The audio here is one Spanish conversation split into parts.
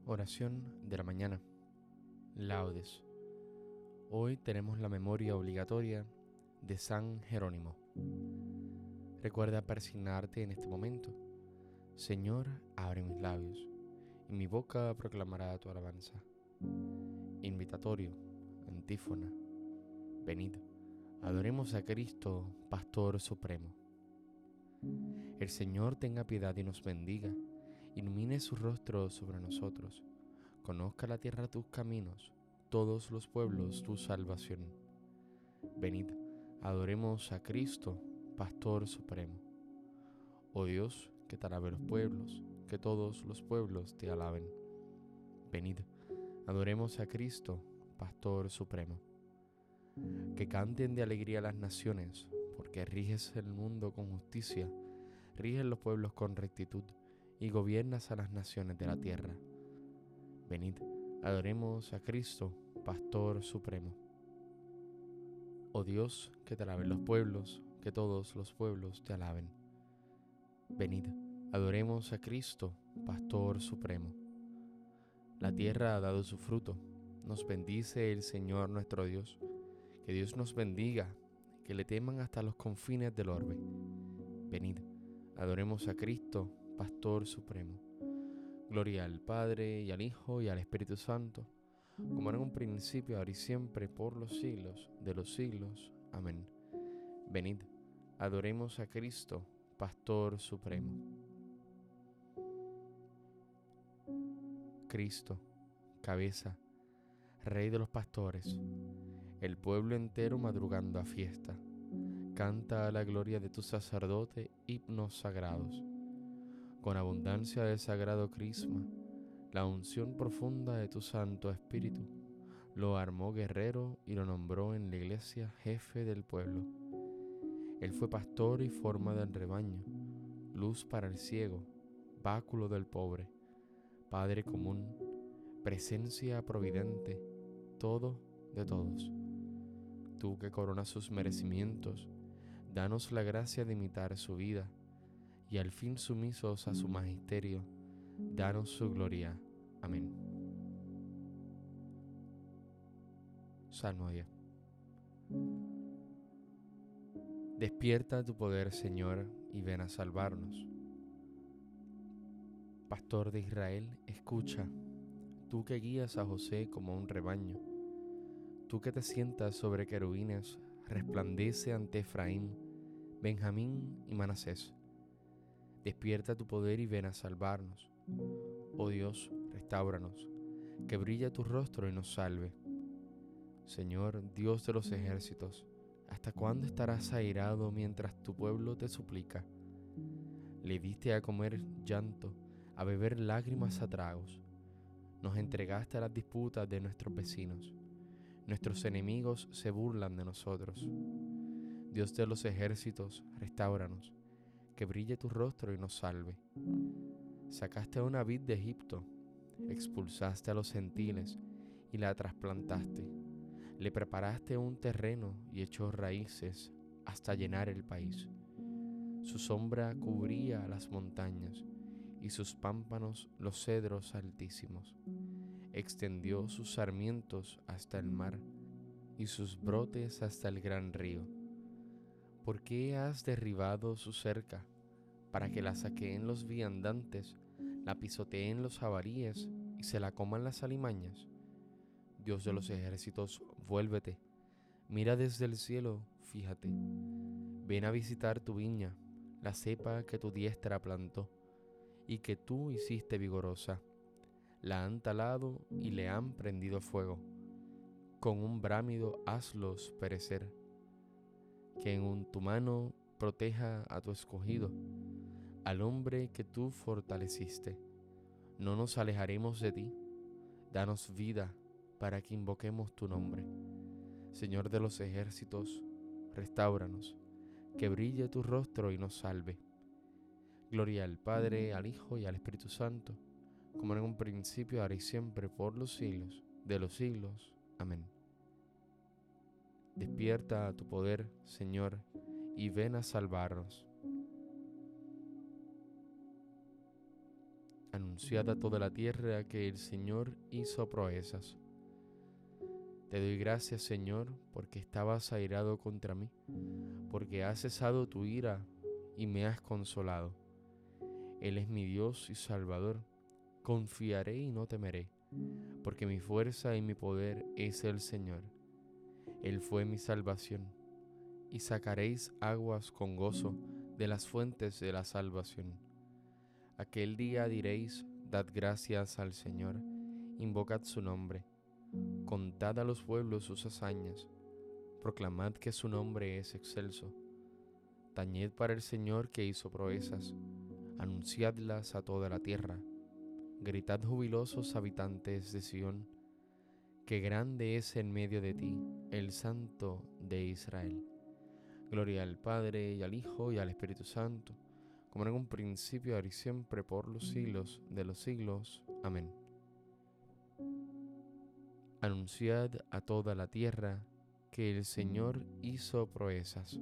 Oración de la mañana. Laudes. Hoy tenemos la memoria obligatoria de San Jerónimo. Recuerda persignarte en este momento. Señor, abre mis labios, y mi boca proclamará tu alabanza. Invitatorio, antífona. Venid, adoremos a Cristo, Pastor Supremo. El Señor tenga piedad y nos bendiga, ilumine su rostro sobre nosotros, conozca la tierra tus caminos, todos los pueblos tu salvación. Venid, adoremos a Cristo, Pastor Supremo. Oh Dios, que te alaben los pueblos, que todos los pueblos te alaben. Venid, adoremos a Cristo, Pastor Supremo. Que canten de alegría las naciones, porque riges el mundo con justicia, riges los pueblos con rectitud, y gobiernas a las naciones de la tierra. Venid, adoremos a Cristo, Pastor Supremo. Oh Dios, que te alaben los pueblos, que todos los pueblos te alaben. Venid, adoremos a Cristo, Pastor Supremo. La tierra ha dado su fruto, nos bendice el Señor nuestro Dios. Que Dios nos bendiga, que le teman hasta los confines del orbe. Venid, adoremos a Cristo, Pastor Supremo. Gloria al Padre, y al Hijo, y al Espíritu Santo, como era en un principio, ahora y siempre, por los siglos de los siglos. Amén. Venid, adoremos a Cristo, Pastor Supremo. Cristo, cabeza, Rey de los pastores, el pueblo entero madrugando a fiesta, canta a la gloria de tu sacerdote himnos sagrados. Con abundancia de sagrado crisma, la unción profunda de tu Santo Espíritu lo armó guerrero y lo nombró en la iglesia jefe del pueblo. Él fue pastor y forma del rebaño, luz para el ciego, báculo del pobre, Padre común, presencia providente, todo de todos. Tú que coronas sus merecimientos, danos la gracia de imitar su vida, y al fin sumisos a su magisterio, danos su gloria. Amén. Salmodia. Despierta tu poder, Señor, y ven a salvarnos. Pastor de Israel, escucha, tú que guías a José como un rebaño, tú que te sientas sobre querubines, resplandece ante Efraín, Benjamín y Manasés. Despierta tu poder y ven a salvarnos. Oh Dios, restáuranos, que brille tu rostro y nos salve. Señor, Dios de los ejércitos, ¿hasta cuándo estarás airado mientras tu pueblo te suplica? Le diste a comer llanto, a beber lágrimas a tragos. Nos entregaste a las disputas de nuestros vecinos. Nuestros enemigos se burlan de nosotros. Dios de los ejércitos, restáuranos, que brille tu rostro y nos salve. Sacaste a una vid de Egipto, expulsaste a los gentiles y la trasplantaste. Le preparaste un terreno y echó raíces hasta llenar el país. Su sombra cubría las montañas y sus pámpanos los cedros altísimos. Extendió sus sarmientos hasta el mar y sus brotes hasta el gran río. ¿Por qué has derribado su cerca para que la saqueen los viandantes, la pisoteen los jabalíes y se la coman las alimañas? Dios de los ejércitos, vuélvete, mira desde el cielo, fíjate. Ven a visitar tu viña, la cepa que tu diestra plantó y que tú hiciste vigorosa. La han talado y le han prendido fuego. Con un brámido hazlos perecer. Que en tu mano proteja a tu escogido, al hombre que tú fortaleciste. No nos alejaremos de ti. Danos vida para que invoquemos tu nombre. Señor de los ejércitos, restáuranos, que brille tu rostro y nos salve. Gloria al Padre, al Hijo y al Espíritu Santo, como en un principio, ahora y siempre, por los siglos de los siglos. Amén. Despierta tu poder, Señor, y ven a salvarnos. Anunciad a toda la tierra que el Señor hizo proezas. Te doy gracias, Señor, porque estabas airado contra mí, porque has cesado tu ira y me has consolado. Él es mi Dios y Salvador. Confiaré y no temeré, porque mi fuerza y mi poder es el Señor. Él fue mi salvación, y sacaréis aguas con gozo de las fuentes de la salvación. Aquel día diréis, dad gracias al Señor, invocad su nombre. Contad a los pueblos sus hazañas, proclamad que su nombre es excelso. Tañed para el Señor que hizo proezas, anunciadlas a toda la tierra. Gritad jubilosos habitantes de Sión, que grande es en medio de ti el Santo de Israel. Gloria al Padre, y al Hijo, y al Espíritu Santo, como en un principio, ahora y siempre, por los siglos de los siglos. Amén. Anunciad a toda la tierra que el Señor hizo proezas.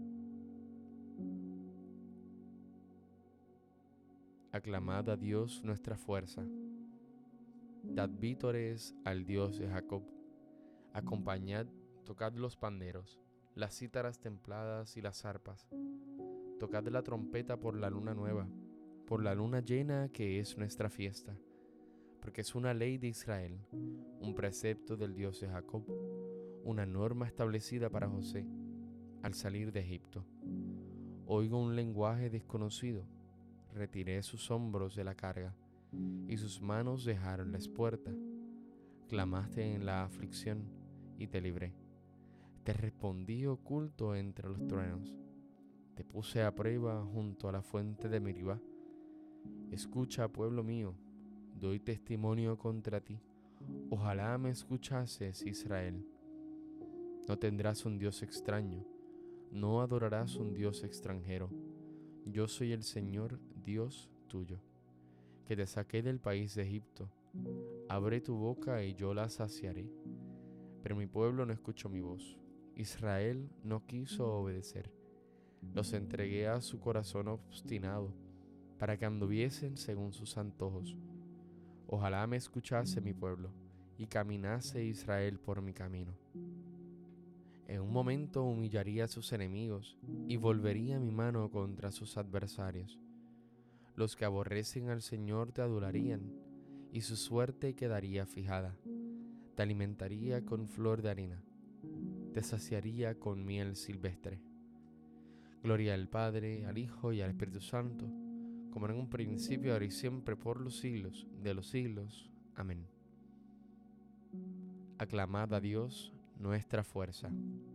Aclamad a Dios nuestra fuerza. Dad vítores al Dios de Jacob. Acompañad, tocad los panderos, las cítaras templadas y las arpas. Tocad la trompeta por la luna nueva, por la luna llena que es nuestra fiesta. Porque es una ley de Israel, un precepto del Dios de Jacob, una norma establecida para José al salir de Egipto. Oigo un lenguaje desconocido, retiré sus hombros de la carga, y sus manos dejaron la espuerta. Clamaste en la aflicción, y te libré. Te respondí oculto entre los truenos. Te puse a prueba junto a la fuente de Meribá. Escucha, pueblo mío, doy testimonio contra ti. Ojalá me escuchases, Israel. No tendrás un Dios extraño, no adorarás un Dios extranjero. Yo soy el Señor, Dios tuyo, que te saqué del país de Egipto. Abre tu boca y yo la saciaré. Pero mi pueblo no escuchó mi voz. Israel no quiso obedecer. Los entregué a su corazón obstinado, para que anduviesen según sus antojos. Ojalá me escuchase mi pueblo, y caminase Israel por mi camino. En un momento humillaría a sus enemigos, y volvería mi mano contra sus adversarios. Los que aborrecen al Señor te adularían, y su suerte quedaría fijada. Te alimentaría con flor de harina, te saciaría con miel silvestre. Gloria al Padre, al Hijo y al Espíritu Santo, como en un principio, ahora y siempre, por los siglos de los siglos. Amén. Aclamad a Dios nuestra fuerza.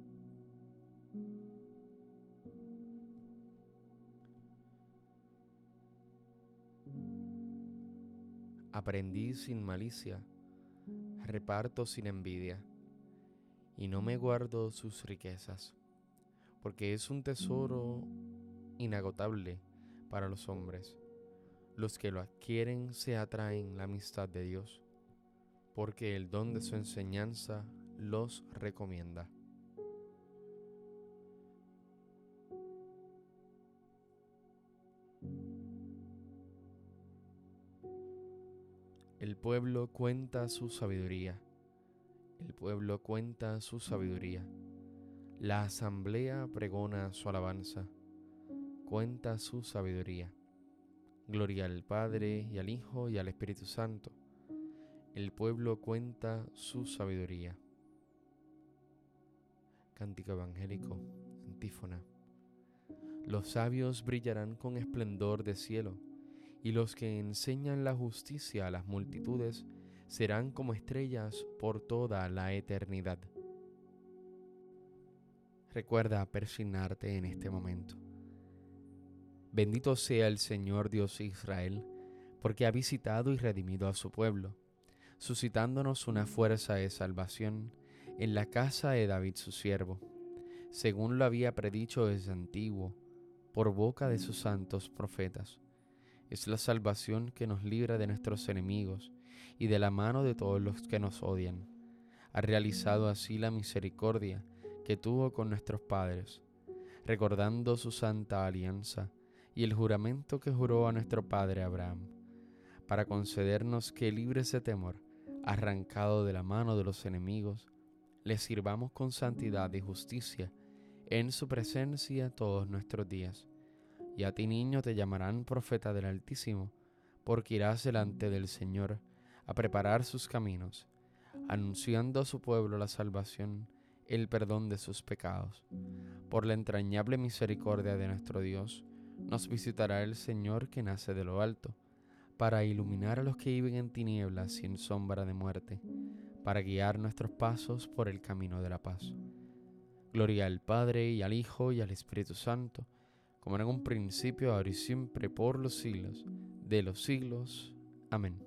Aprendí sin malicia, reparto sin envidia, y no me guardo sus riquezas, porque es un tesoro inagotable para los hombres. Los que lo adquieren se atraen la amistad de Dios, porque el don de su enseñanza los recomienda. El pueblo cuenta su sabiduría. El pueblo cuenta su sabiduría. La asamblea pregona su alabanza. Cuenta su sabiduría. Gloria al Padre, y al Hijo, y al Espíritu Santo. El pueblo cuenta su sabiduría. Cántico evangélico, antífona. Los sabios brillarán con esplendor de cielo, y los que enseñan la justicia a las multitudes serán como estrellas por toda la eternidad. Recuerda persignarte en este momento. Bendito sea el Señor Dios de Israel, porque ha visitado y redimido a su pueblo, suscitándonos una fuerza de salvación en la casa de David su siervo, según lo había predicho desde antiguo, por boca de sus santos profetas. Es la salvación que nos libra de nuestros enemigos y de la mano de todos los que nos odian. Ha realizado así la misericordia que tuvo con nuestros padres, recordando su santa alianza y el juramento que juró a nuestro padre Abraham, para concedernos que, libres de temor, arrancado de la mano de los enemigos, les sirvamos con santidad y justicia en su presencia todos nuestros días. Y a ti, niño, te llamarán profeta del Altísimo, porque irás delante del Señor a preparar sus caminos, anunciando a su pueblo la salvación, el perdón de sus pecados. Por la entrañable misericordia de nuestro Dios, nos visitará el Señor que nace de lo alto, para iluminar a los que viven en tinieblas y en sombra de muerte, para guiar nuestros pasos por el camino de la paz. Gloria al Padre, y al Hijo, y al Espíritu Santo, como era en un principio, ahora y siempre, por los siglos de los siglos. Amén.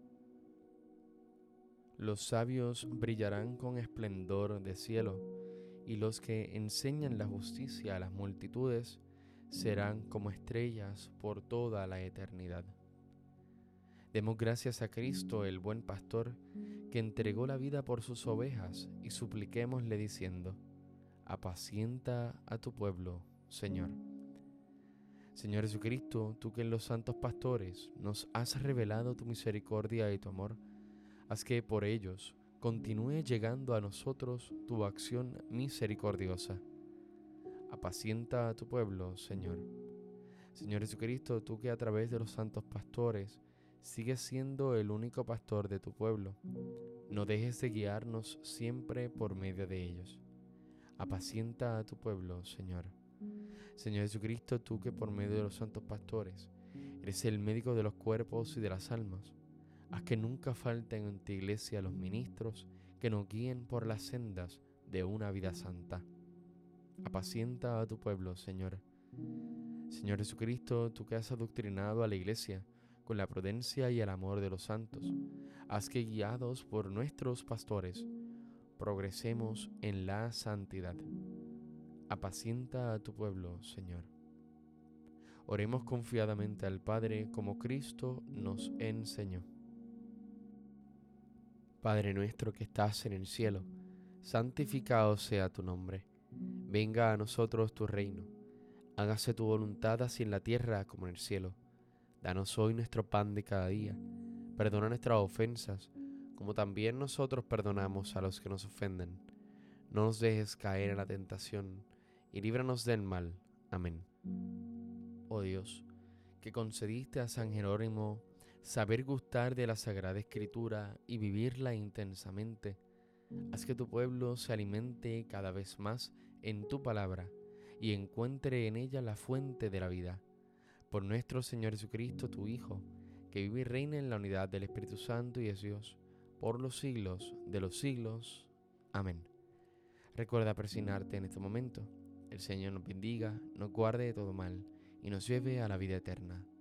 Los sabios brillarán con esplendor de cielo, y los que enseñan la justicia a las multitudes serán como estrellas por toda la eternidad. Demos gracias a Cristo, el buen pastor, que entregó la vida por sus ovejas, y supliquémosle diciendo: apacienta a tu pueblo, Señor. Señor Jesucristo, tú que en los santos pastores nos has revelado tu misericordia y tu amor, haz que por ellos continúe llegando a nosotros tu acción misericordiosa. Apacienta a tu pueblo, Señor. Señor Jesucristo, tú que a través de los santos pastores sigues siendo el único pastor de tu pueblo, no dejes de guiarnos siempre por medio de ellos. Apacienta a tu pueblo, Señor. Señor Jesucristo, tú que por medio de los santos pastores eres el médico de los cuerpos y de las almas, haz que nunca falten en tu iglesia los ministros que nos guíen por las sendas de una vida santa. Apacienta a tu pueblo, Señor. Señor Jesucristo, tú que has adoctrinado a la iglesia con la prudencia y el amor de los santos, haz que, guiados por nuestros pastores, progresemos en la santidad. Apacienta a tu pueblo, Señor. Oremos confiadamente al Padre como Cristo nos enseñó. Padre nuestro que estás en el cielo, santificado sea tu nombre. Venga a nosotros tu reino. Hágase tu voluntad así en la tierra como en el cielo. Danos hoy nuestro pan de cada día. Perdona nuestras ofensas, como también nosotros perdonamos a los que nos ofenden. No nos dejes caer en la tentación, y líbranos del mal. Amén. Oh Dios, que concediste a San Jerónimo saber gustar de la Sagrada Escritura y vivirla intensamente, haz que tu pueblo se alimente cada vez más en tu palabra y encuentre en ella la fuente de la vida. Por nuestro Señor Jesucristo, tu Hijo, que vive y reina en la unidad del Espíritu Santo y es Dios, por los siglos de los siglos. Amén. Recuerda persignarte en este momento. El Señor nos bendiga, nos guarde de todo mal y nos lleve a la vida eterna.